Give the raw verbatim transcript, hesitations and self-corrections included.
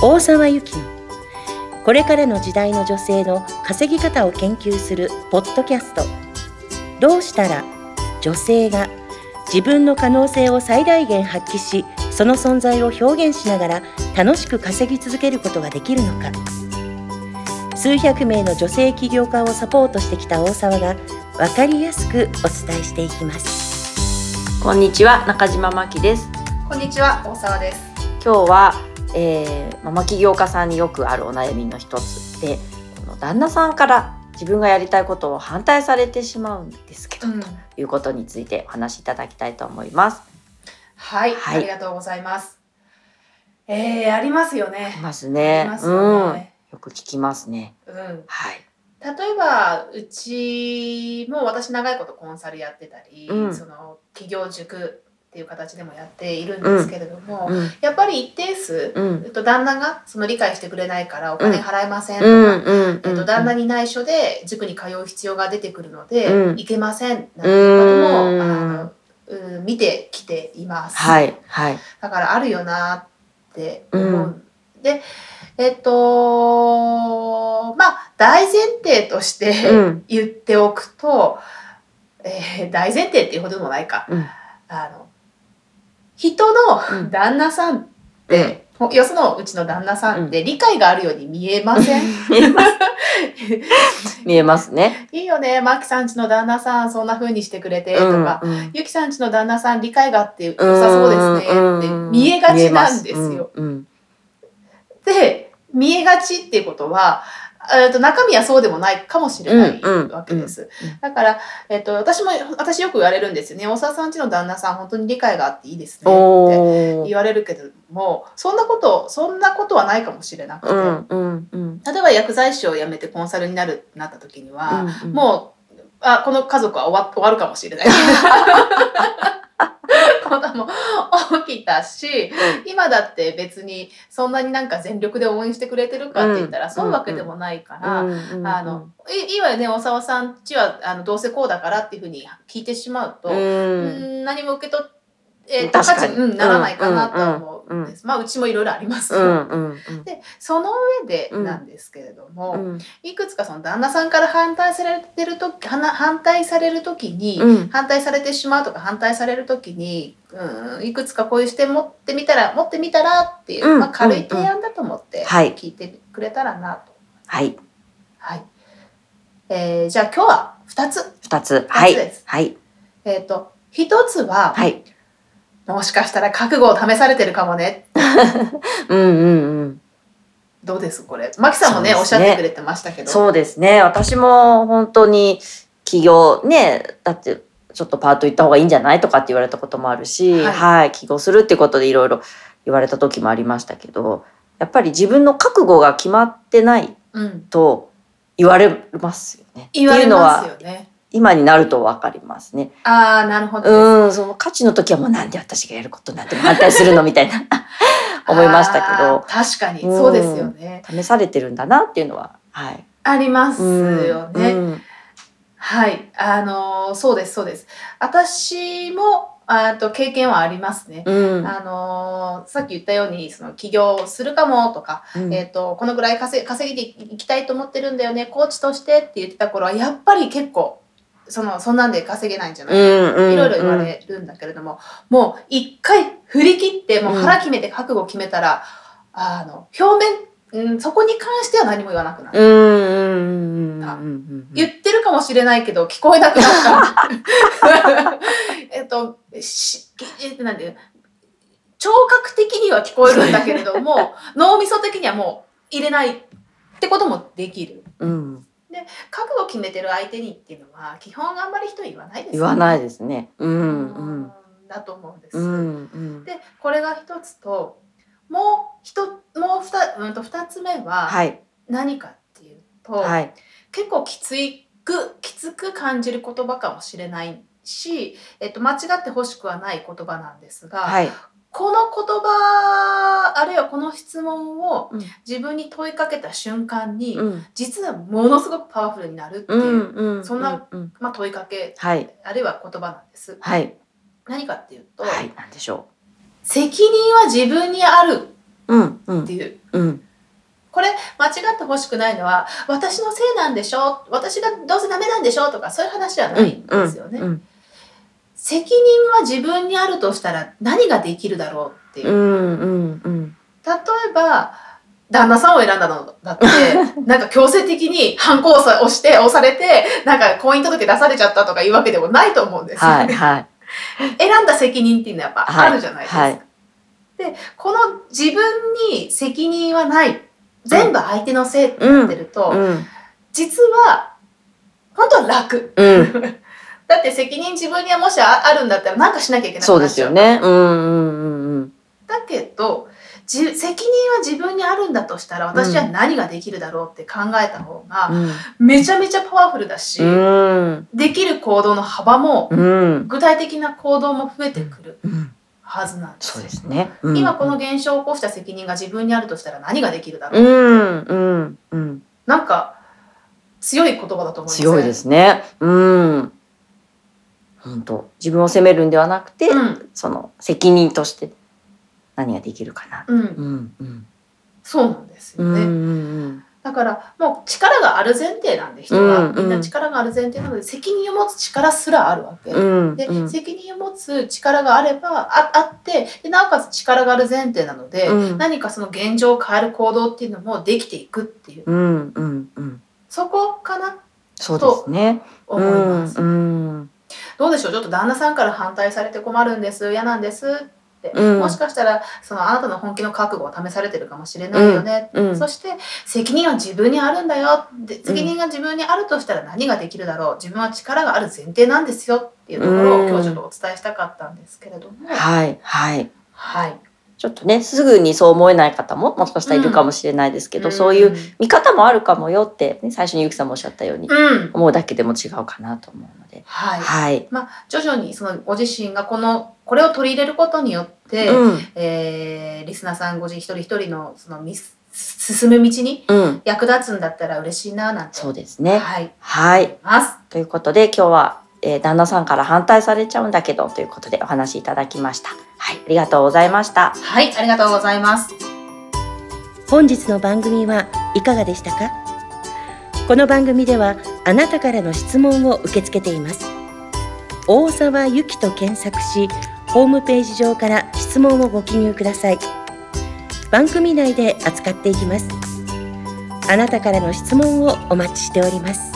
大沢由紀のこれからの時代の女性の稼ぎ方を研究するポッドキャスト、どうしたら女性が自分の可能性を最大限発揮し、その存在を表現しながら楽しく稼ぎ続けることができるのか。数百名の女性起業家をサポートしてきた大沢が分かりやすくお伝えしていきます。 こんにちは、中島真希です。 こんにちは、大沢です。 今日は、えー、ママ起業家さんによくあるお悩みの一つで、この旦那さんから自分がやりたいことを反対されてしまうんですけど、うん、ということについてお話しいただきたいと思います。 はい、はい、ありがとうございます。えー、ありますよね。 ありますね。ありますよね。うん、よく聞きますね。 うん、はい。例えばうちも私長いことコンサルやってたり、うん、その企業塾っていう形でもやっているんですけれども、うん、やっぱり一定数、うん、えっと、旦那がその理解してくれないからお金払えませんとか、うんえっと、旦那に内緒で塾に通う必要が出てくるので、うん、行けませんなんていうことも、うん、あのうん、見てきています、 はいはい、 だからあるよなって思う、うん、でえっとまあ大前提として言っておくと、うんえー、大前提っていうほどでもないか、うん、あの人の旦那さんって、うん、よそのうちの旦那さんって理解があるように見えません？ 見えます見えますね。 いいよね、マキさんちの旦那さんそんな風にしてくれてとか、うんうん、ゆきさんちの旦那さん理解があって良さそうですねって見えがちなんですよ。うんうん、で、見えがちっていうことはえっと中身はそうでもないかもしれないわけです。うんうん、だから、えっと、私も私よく言われるんですよね。大沢さんちの旦那さん本当に理解があっていいですねって言われるけども、そんなことそんなことはないかもしれなくて、うんうんうん、例えば薬剤師を辞めてコンサルになるなった時には、うんうん、もうあこの家族は終わ終わるかもしれない。ことも起きたし、今だって別にそんなになんか全力で応援してくれてるかって言ったら、うん、そういうわけでもないから、うん、あのいいわよね、大沢さんちはあのどうせこうだからっていうふうに聞いてしまうと、うん、何も受け取ってえー、価値にならないかなと思うんです。うんうんうん、まあうちもいろいろありますよ、うんうんうん。でその上でなんですけれども、うん、いくつかその旦那さんから反対されてると反対される時に、うん、反対されてしまうとか反対される時に、うん、いくつかこういう視点持ってみたら持ってみたらっていう、うんまあ、軽い提案だと思って聞いてくれたらなと。 はいはい。えー、じゃあ今日はふたつふたつはいです。 はい。 えっとひとつは。 はい。 もしかしたら覚悟を試されてるかもね。 うんうんうん。 どうですこれ。マキさんもね、ねおっしゃってくれてましたけど。 そうですね。私も本当に起業ね、だってちょっとパート行った方がいいんじゃないとかって言われたこともあるし、はい、はい、起業するってことでいろいろ言われた時もありましたけど、やっぱり自分の覚悟が決まってないと言われますよね。 うん、言われますよね。 今になると分かりますね。 ああ、なるほど。 うん、その価値の時はもうなんで私がやることなんて反対するのみたいな思いましたけど。 確かにそうですよね。 試されてるんだなっていうのは、はい、 ありますよね。うんうん、はい、あのそうですそうです。私もあと経験はありますね。うん、あのさっき言ったようにその起業するかもとか、うん、えっとこのぐらい稼い稼いでいきたいと思ってるんだよね、コーチとしてって言ってた頃はやっぱり結構。そのそんなんで稼げないんじゃないか、うんうん、いろいろ言われるんだけれども、もう一回振り切ってもう腹決めて覚悟を決めたら、うん、あの表面、うん、そこに関しては何も言わなくなる、うんうん、言ってるかもしれないけど聞こえなくなったえっとしえっとなんで聴覚的には聞こえるんだけれども脳みそ的にはもう入れないってこともできる、うんで覚悟を決めてる相手にっていうのは基本あんまり人言わないですよね。 言わないですね。うんうん、 だと思うんです。うんうん、でこれが一つともう一もうふた、うん、と二つ目は何かっていうと、はい、結構きついくきつく感じる言葉かもしれないし、えっと、間違ってほしくはない言葉なんですが。はい、この言葉あるいはこの質問を自分に問いかけた瞬間に、うん、実はものすごくパワフルになるっていう、うんうん、そんな、うんまあ、問いかけ、はい、あるいは言葉なんです。はい、何かっていうと、 はい、何でしょう。 責任は自分にあるうんうんっていう、 うん、 これ間違ってほしくないのは私のせいなんでしょ、私がどうせダメなんでしょとかそういう話じゃないんですよね、 うんうん、 責任は自分にあるとしたら何ができるだろうっていう、 うんうんうん、 例えば旦那さんを選んだのだってなんか強制的にハンコを押して押されてなんか婚姻届出されちゃったとかいうわけでもないと思うんですよね、はいはい、選んだ責任っていうのはやっぱあるじゃないですか、はいはい、でこの自分に責任はない全部相手のせいってなってると、うんうん、実は本当は楽、うん、だって責任自分にはもしあるんだったら何かしなきゃいけなくなっちゃう。 そうですよね、うんうんうん、 だけど責任は自分にあるんだとしたら私は何ができるだろうって考えた方がめちゃめちゃパワフルだし、うん、できる行動の幅も、うん、具体的な行動も増えてくるはずなんです。 そうですね、 うん、今この現象を起こした責任が自分にあるとしたら何ができるだろうって、 うんうんうん、 なんか強い言葉だと思います。 強いですね。うん。本当自分を責めるんではなくて、うん、その責任として何ができるかな。 うんうんうん、そうなんですよね。うんうんうん、だからもう力がある前提なんで人は、うんうん、みんな力がある前提なので責任を持つ力すらあるわけ。うんうん、で責任を持つ力があれば あ, あってでなおかつ力がある前提なので、うん、何かその現状を変える行動っていうのもできていくっていう。うんうんうん、そこかなと思います。うんうん、どうでしょう、ちょっと旦那さんから反対されて困るんです、嫌なんですって、うん、もしかしたらそのあなたの本気の覚悟を試されてるかもしれないよね、うん、そして責任は自分にあるんだよ、で責任が自分にあるとしたら何ができるだろう、自分は力がある前提なんですよっていうところを今日ちょっとお伝えしたかったんですけれども、 うん、はいはいはい、 ちょっとねすぐにそう思えない方ももしかしたらいるかもしれないですけど、うん、そういう見方もあるかもよって、ね、最初にゆきさんもおっしゃったように、うん、思うだけでも違うかなと思うので、 はいはい、まあ、徐々にそのご自身がこのこれを取り入れることによって、うん、えー、リスナーさんご自身一人一人のそのミス進む道に役立つんだったら嬉しいななんて、 そうですね、 はい、 はい、 ます。 ということで今日は、えー、旦那さんから反対されちゃうんだけどということでお話いただきました。はい、ありがとうございました。 はい、ありがとうございます。 本日の番組はいかがでしたか？この番組ではあなたからの質問を受け付けています。大沢ゆきと検索し、ホームページ上から質問をご記入ください。番組内で扱っていきます。あなたからの質問をお待ちしております。